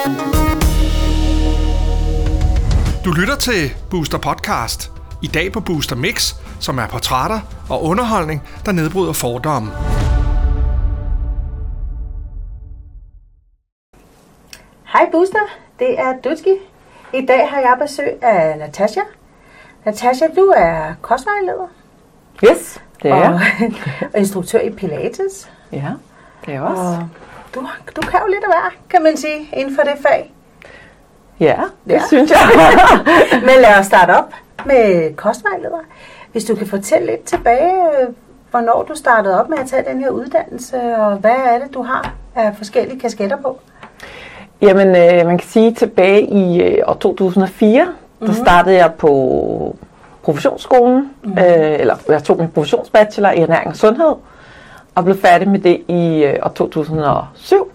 Du lytter til Booster Podcast. I dag på Booster Mix, som er portrætter og underholdning, der nedbryder fordomme. Hej Booster, det er Dutski. I dag har jeg besøg af Natasha. Natasha, du er kostvejleder. Yes, det er jeg. Og instruktør i Pilates. Ja, det er jeg også. Og du kan jo lidt af hver, kan man sige, inden for det fag. Ja, det synes jeg. Men lad os starte op med kostvejleder. Hvis du kan fortælle lidt tilbage, hvornår du startede op med at tage den her uddannelse, og hvad er det, du har af forskellige kasketter på? Jamen, man kan sige, tilbage i år 2004, der startede jeg på professionsskolen, eller jeg tog min professionsbachelor i ernæring og sundhed, og blev færdig med det i år 2007.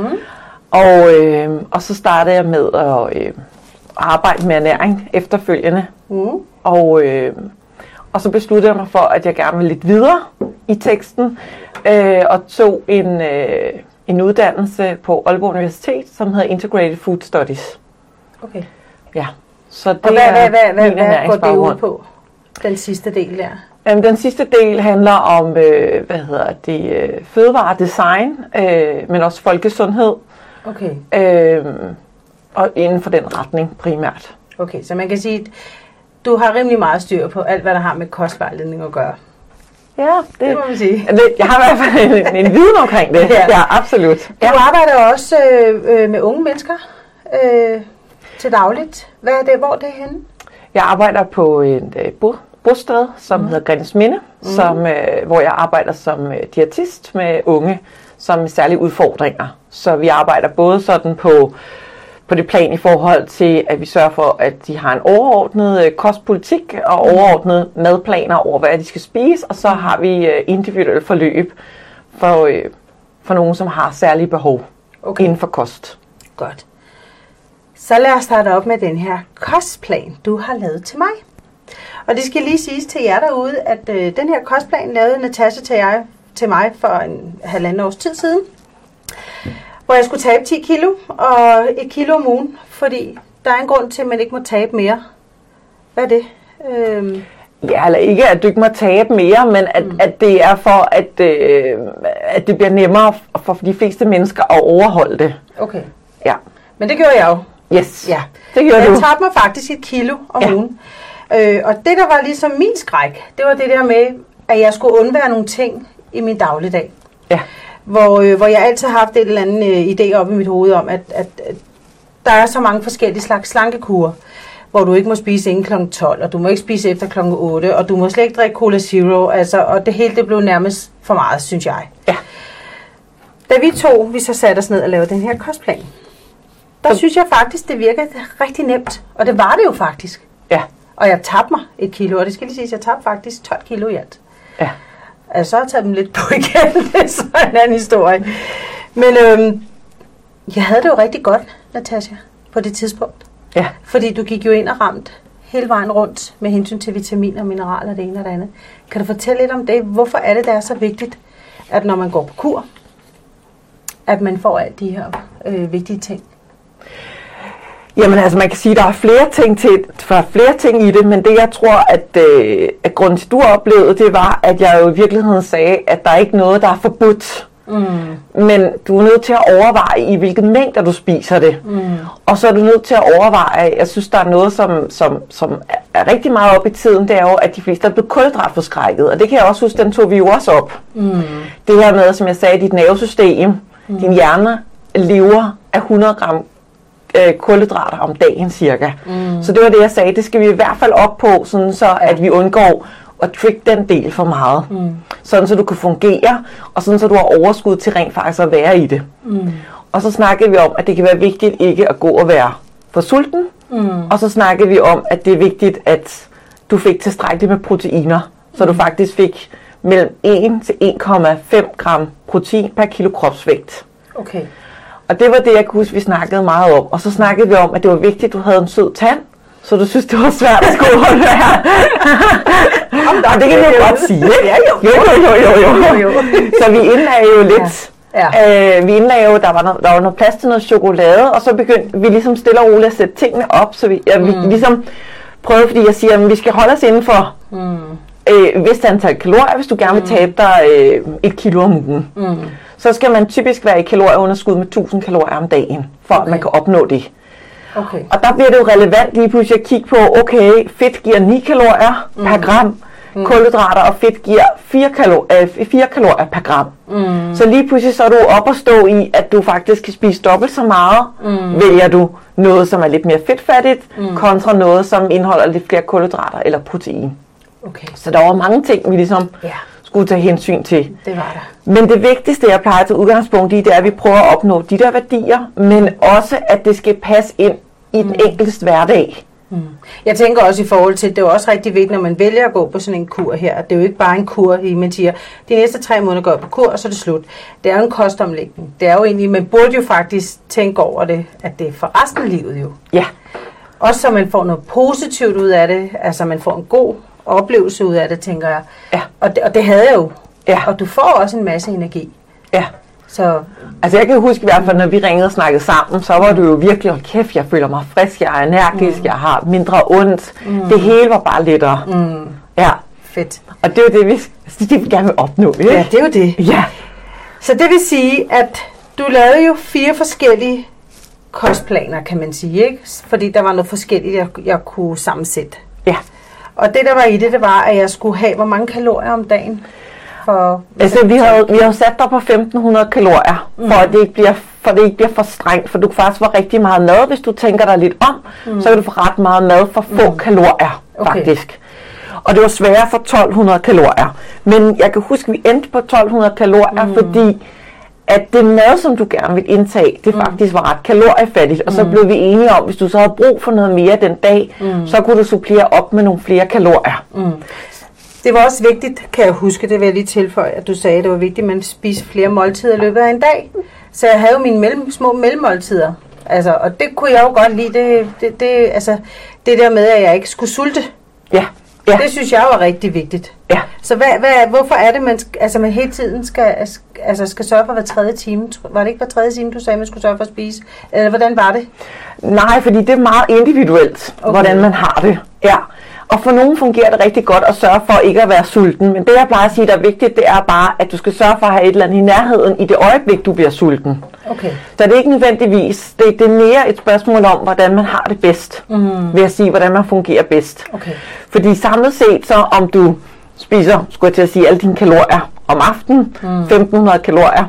Og så startede jeg med at arbejde med ernæring efterfølgende. Og så besluttede jeg mig for, at jeg gerne ville lidt videre i teksten, og tog en uddannelse på Aalborg Universitet, som hedder Integrated Food Studies. Okay. Ja. Så det og hvad går det ud på, den sidste del der? Den sidste del handler om fødevaredesign, men også folkesundhed. Okay. Og inden for den retning primært. Okay, så man kan sige, at du har rimelig meget styr på alt, hvad der har med kostvejledning at gøre. Ja, det må man sige. Jeg har i hvert fald en viden omkring det. Ja, absolut. Du arbejder også med unge mennesker til dagligt. Hvad er det? Hvor er det henne? Jeg arbejder på et bosted, som hedder Grænsminde, hvor jeg arbejder som diætist med unge, som med særlige udfordringer. Så vi arbejder både sådan på det plan i forhold til, at vi sørger for, at de har en overordnet kostpolitik og overordnet madplaner over, hvad de skal spise, og så har vi individuelle forløb for nogen, som har særlige behov inden for kost. Godt. Så lad os starte op med den her kostplan, du har lavet til mig. Og det skal lige siges til jer derude, at den her kostplan lavede Natasha til mig for en halvanden års tid siden, hvor jeg skulle tabe 10 kilo og 1 kilo om ugen, fordi der er en grund til, at man ikke må tabe mere. Hvad er det? Ja, eller ikke, at du ikke må tabe mere, men at det er for, at det bliver nemmere for de fleste mennesker at overholde det. Okay. Ja. Men det gjorde jeg jo. Yes, ja. Det gjorde du. Jeg tabte mig faktisk 1 kilo om ugen. Og det, der var ligesom min skræk, det var det der med, at jeg skulle undvære nogle ting i min dagligdag. Ja. Hvor jeg altid har haft et eller andet idé op i mit hoved om, at der er så mange forskellige slags slankekurer, hvor du ikke må spise inden kl. 12, og du må ikke spise efter kl. 8, og du må slet ikke drikke Cola Zero, og det hele det blev nærmest for meget, synes jeg. Ja. Da vi så satte os ned og lavede den her kostplan, der synes jeg faktisk, det virkede rigtig nemt, og det var det jo faktisk. Ja. Og jeg tabte mig 1 kilo, og det skal lige siges, jeg tabte faktisk 12 kilo i alt. Ja. Altså, så har jeg taget dem lidt på igen, det er så en anden historie. Men jeg havde det jo rigtig godt, Natasha, på det tidspunkt. Ja. Fordi du gik jo ind og ramte hele vejen rundt med hensyn til vitaminer og mineraler, det ene og det andet. Kan du fortælle lidt om det? Hvorfor er det er så vigtigt, at når man går på kur, at man får alle de her vigtige ting? Jamen altså, man kan sige, at der er flere ting i det, men det jeg tror, at grunden til, at du oplevede, det var, at jeg jo i virkeligheden sagde, at der er ikke noget, der er forbudt. Men du er nødt til at overveje, i hvilken mængde du spiser det. Og så er du nødt til at overveje, jeg synes, der er noget, som er rigtig meget op i tiden, det er jo, at de fleste er blevet kulhydratforskrækket. Og det kan jeg også huske, den tog vi jo også op. Det her med, som jeg sagde, dit nervesystem, din hjerne lever af 100 gram kulhydrater om dagen cirka. Så det var det, jeg sagde, det skal vi i hvert fald op på, sådan så at vi undgår at trick den del for meget. Sådan så du kan fungere, og sådan så du har overskud til rent faktisk at være i det. Og så snakkede vi om, at det kan være vigtigt ikke at gå og være for sulten. Og så snakkede vi om, at det er vigtigt, at du fik tilstrækkeligt med proteiner, så du faktisk fik mellem 1 til 1,5 gram protein per kilo kropsvægt. Okay. Og det var det, jeg kunne huske, vi snakkede meget om. Og så snakkede vi om, at det var vigtigt, at du havde en sød tand, så du synes, det var svært at skulle holde her. Og det kan vi jo godt sige, ikke? Ja, jo. Jo. Så vi indlagde jo lidt Ja. Vi indlagde, der var noget plads til noget chokolade, og så begyndte vi ligesom stille og roligt at sætte tingene op, så vi ligesom prøvede, fordi jeg siger, at vi skal holde os inden for et vist antal kalorier, hvis du gerne vil tabe dig 1 kilo om ugen. Så skal man typisk være i kalorieunderskud med 1000 kalorier om dagen, for at man kan opnå det. Okay. Og der bliver det jo relevant lige pludselig at kigge på, okay, fedt giver 9 kalorier per gram, kulhydrater og fedt giver 4 kalorier per gram. Så lige pludselig så er du op at stå i, at du faktisk kan spise dobbelt så meget, vælger du noget, som er lidt mere fedtfattigt, kontra noget, som indeholder lidt flere kulhydrater eller protein. Okay. Så der var mange ting, vi ligesom skulle tage hensyn til. Det var der. Men det vigtigste, jeg plejer til udgangspunkt i, det er, at vi prøver at opnå de der værdier, men også, at det skal passe ind i den enkeltes hverdag. Jeg tænker også i forhold til, det er jo også rigtig vigtigt, når man vælger at gå på sådan en kur her. Det er jo ikke bare en kur, man siger, de næste 3 måneder går jeg på kur, og så er det slut. Det er jo en kostomlægning. Det er jo egentlig, man burde jo faktisk tænke over det, at det er for resten af livet jo. Ja. Også så man får noget positivt ud af det, altså man får en god oplevelse ud af det, tænker jeg. Ja. Og det havde jeg jo. Ja. Og du får også en masse energi. Ja. Så Altså jeg kan huske i hvert fald, når vi ringede og snakkede sammen, så var du jo virkelig, hold kæft, jeg føler mig frisk, jeg er energisk, jeg har mindre ondt. Det hele var bare lettere. Ja. fedt. Og det er jo det, vi gerne vil opnå, ikke? Ja, det er jo det. Ja. Så det vil sige, at du lavede jo 4 forskellige kostplaner, kan man sige, ikke? Fordi der var noget forskelligt, jeg kunne sammensætte. Ja. Og det, der var i det var, at jeg skulle have, hvor mange kalorier om dagen? Altså, vi har sat dig på 1500 kalorier, for at det ikke bliver for strengt, for du kan faktisk få rigtig meget mad, hvis du tænker dig lidt om, så kan du få ret meget mad for få kalorier, faktisk. Og det var sværere for 1200 kalorier. Men jeg kan huske, at vi endte på 1200 kalorier, fordi at det mad, som du gerne vil indtage, det faktisk var ret kaloriefattigt. Og så blev vi enige om, hvis du så havde brug for noget mere den dag, så kunne du supplere op med nogle flere kalorier. Det var også vigtigt, kan jeg huske, det vil jeg lige tilføje, at du sagde, at det var vigtigt, at man spiser flere måltider i løbet af en dag. Så jeg havde jo mine små mellemmåltider. Altså, og det kunne jeg jo godt lide, det der med, at jeg ikke skulle sulte. Ja. Ja. Det synes jeg var rigtig vigtigt. Ja. Så hvorfor er det, man hele tiden skal sørge for hver 3. time? Var det ikke hver 3. time, du sagde, man skulle sørge for at spise? Eller hvordan var det? Nej, fordi det er meget individuelt, hvordan man har det. Ja. Og for nogen fungerer det rigtig godt at sørge for ikke at være sulten. Men det, jeg plejer at sige, der er vigtigt, det er bare, at du skal sørge for at have et eller andet i nærheden i det øjeblik, du bliver sulten. Okay. Så det er ikke nødvendigvis. Det er mere et spørgsmål om, hvordan man har det bedst. Ved at sige, hvordan man fungerer bedst. Okay. Fordi samlet set, så om du spiser, skulle jeg til at sige, alle dine kalorier om aftenen, 1500 kalorier,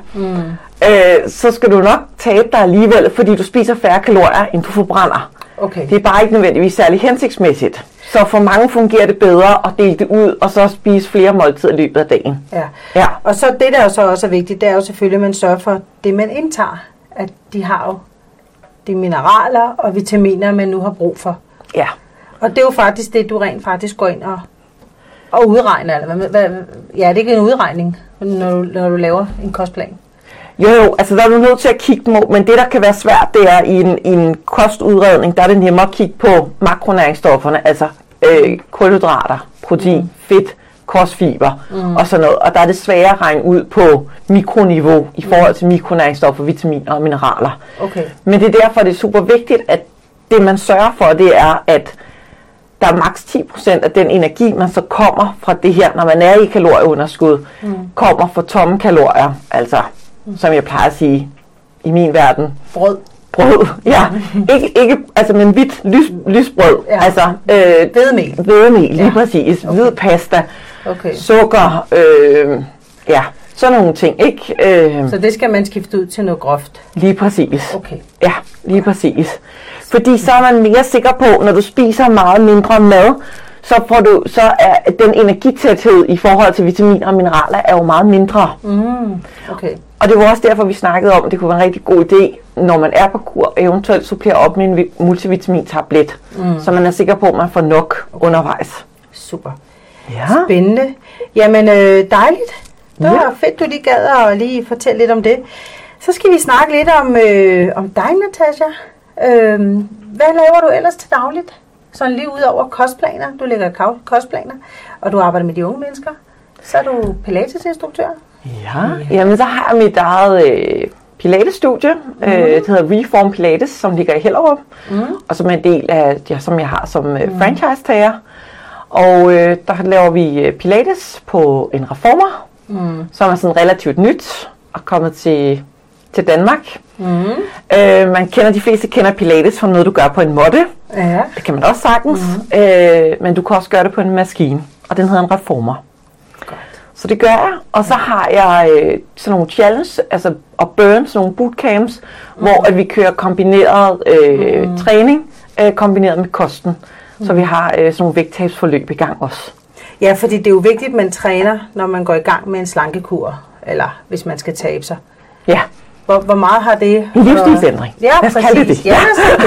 så skal du nok tabe dig alligevel, fordi du spiser færre kalorier, end du forbrænder. Okay. Det er bare ikke nødvendigvis særlig hensigtsmæssigt. Så for mange fungerer det bedre at dele det ud, og så spise flere måltider i løbet af dagen. Ja. Og så det, der så også er vigtigt, det er jo selvfølgelig, at man sørger for det, man indtager. At de har jo de mineraler og vitaminer, man nu har brug for. Ja. Og det er jo faktisk det, du rent faktisk går ind og udregner. Eller det er ikke en udregning, når du laver en kostplan. Jo, altså der er du nødt til at kigge på, men det der kan være svært, det er i en kostudredning, der er det nemmere at kigge på makronæringsstofferne, altså kulhydrater, protein, fedt, kostfiber og sådan noget. Og der er det sværere at regne ud på mikroniveau i forhold til mikronæringsstoffer, vitaminer og mineraler. Okay. Men det er derfor, det er super vigtigt, at det man sørger for, det er, at der er maks 10% af den energi, man så kommer fra det her, når man er i kalorieunderskud, kommer fra tomme kalorier, altså som jeg plejer at sige i min verden. Brød, ja. Ikke altså, men hvidt lysbrød. Ja. Altså, hvedemel, lige præcis. Okay. Hvid pasta, sukker, sådan nogle ting, ikke? Så det skal man skifte ud til noget groft? Lige præcis. Okay. Ja, lige præcis. Fordi så er man mere sikker på, når du spiser meget mindre mad, så er den energitæthed i forhold til vitaminer og mineraler er jo meget mindre. Okay. Og det var også derfor, vi snakkede om, at det kunne være en rigtig god idé, når man er på kur, eventuelt supplere op med en multivitamintablet, så man er sikker på, at man får nok undervejs. Super. Ja. Spændende. Jamen, dejligt. Det var fedt, du lige gad at lige fortælle lidt om det. Så skal vi snakke lidt om dig, Natasha. Hvad laver du ellers til dagligt? Sådan lige ud over kostplaner. Du lægger kostplaner, og du arbejder med de unge mennesker. Så er du pilatesinstruktør. Jamen så har jeg mit eget Pilates-studie, det hedder Reform Pilates, som ligger i Hellerup, og som er en del af, som jeg har som franchise-tager. Og der laver vi Pilates på en reformer, som er sådan relativt nyt og kommet til Danmark. De fleste kender Pilates som noget, du gør på en måtte. Ja. Det kan man også sagtens. Men du kan også gøre det på en maskine, og den hedder en reformer. Godt. Så det gør jeg. Og så har jeg sådan nogle challenge, altså og burn, sådan nogle bootcamps, hvor at vi kører kombineret træning, kombineret med kosten. Så vi har sådan nogle vægttabsforløb i gang også. Ja, fordi det er jo vigtigt, at man træner, når man går i gang med en slankekur, eller hvis man skal tabe sig. Ja. Hvor meget har det? En livsstilsændring. Ja, præcis. Det. Ja,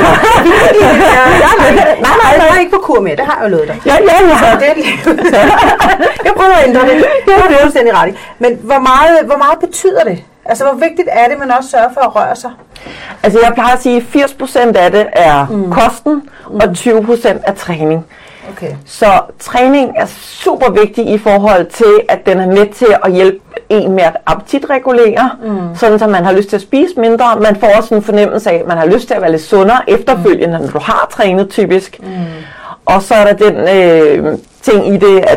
jeg er ikke på kur mere, det har jeg jo lovet dig. Ja. Så det jeg prøver at ændre det. Det er jo fuldstændig ret i. Men hvor meget betyder det? Altså, hvor vigtigt er det, man også sørger for at røre sig? Altså, jeg plejer at sige, at 80% af det er kosten, og 20% er træning. Okay. Så træning er super vigtig i forhold til, at den er med til at hjælpe en med at appetitregulere, sådan så man har lyst til at spise mindre. Man får også en fornemmelse af, at man har lyst til at være lidt sundere efterfølgende, når du har trænet typisk. Og så er der den ting i det,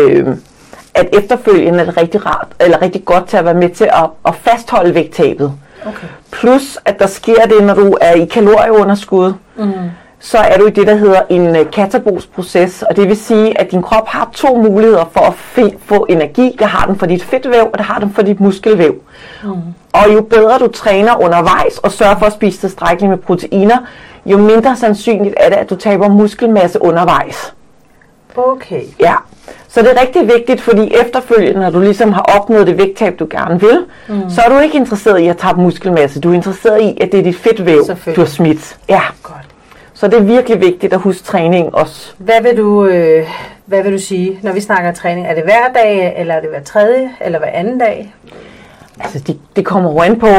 at efterfølgende er det rigtig rart, eller rigtig godt til at være med til at fastholde vægttabet. Okay. Plus, at der sker det, når du er i kalorieunderskud, så er du i det, der hedder en katabolsk proces, og det vil sige, at din krop har 2 muligheder for at få energi. Det har den for dit fedtvæv, og det har den for dit muskelvæv. Og jo bedre du træner undervejs og sørger for at spise tilstrækkeligt med proteiner, jo mindre sandsynligt er det, at du taber muskelmasse undervejs. Okay. Ja, så det er rigtig vigtigt, fordi efterfølgende, når du ligesom har opnået det vægttab, du gerne vil, så er du ikke interesseret i at tabe muskelmasse. Du er interesseret i, at det er dit fedtvæv, du har smidt. Ja. Godt. Så det er virkelig vigtigt at huske træning også. Hvad vil du sige, når vi snakker træning? Er det hver dag, eller er det hver tredje, eller hver anden dag? Altså, det kommer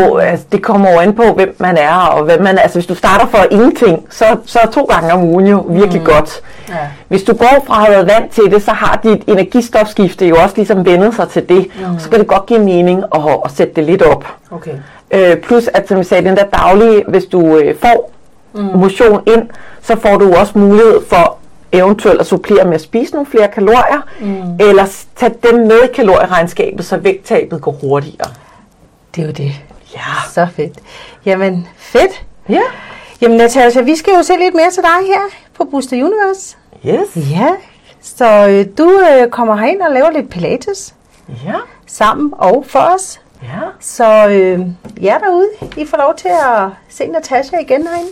jo an på, hvem man er, og hvem man er. Altså, hvis du starter for ingenting, så er 2 gange om ugen jo virkelig godt. Ja. Hvis du går fra at have været vant til det, så har dit energistofskifte jo også ligesom vendet sig til det. Så kan det godt give mening at sætte det lidt op. Okay. Plus, at som jeg sagde, den der daglige, hvis du får motion ind, så får du også mulighed for eventuelt at supplere med at spise nogle flere kalorier, eller tage dem med i kalorieregnskabet, så vægttabet går hurtigere. Det er jo det. Ja. Så fedt. Jamen, fedt. Ja. Jamen, Natasha, vi skal jo se lidt mere til dig her på Booster Universe. Yes. Ja. Så du kommer herind og laver lidt pilates. Ja. Sammen og for os. Ja. Så jer derude, I får lov til at se Natasha igen herinde.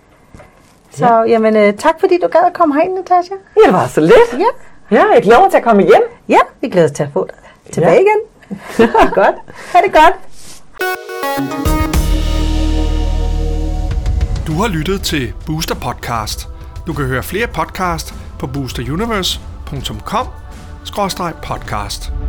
Så jamen, tak fordi du gad at komme herind, Natasha. Ja, det var så lidt. Ja, jeg glæder mig til at komme igen. Ja, vi glæder os til at få dig tilbage igen. Godt. Ha' det godt. Du har lyttet til Booster Podcast. Du kan høre flere podcast på boosteruniverse.com/podcast.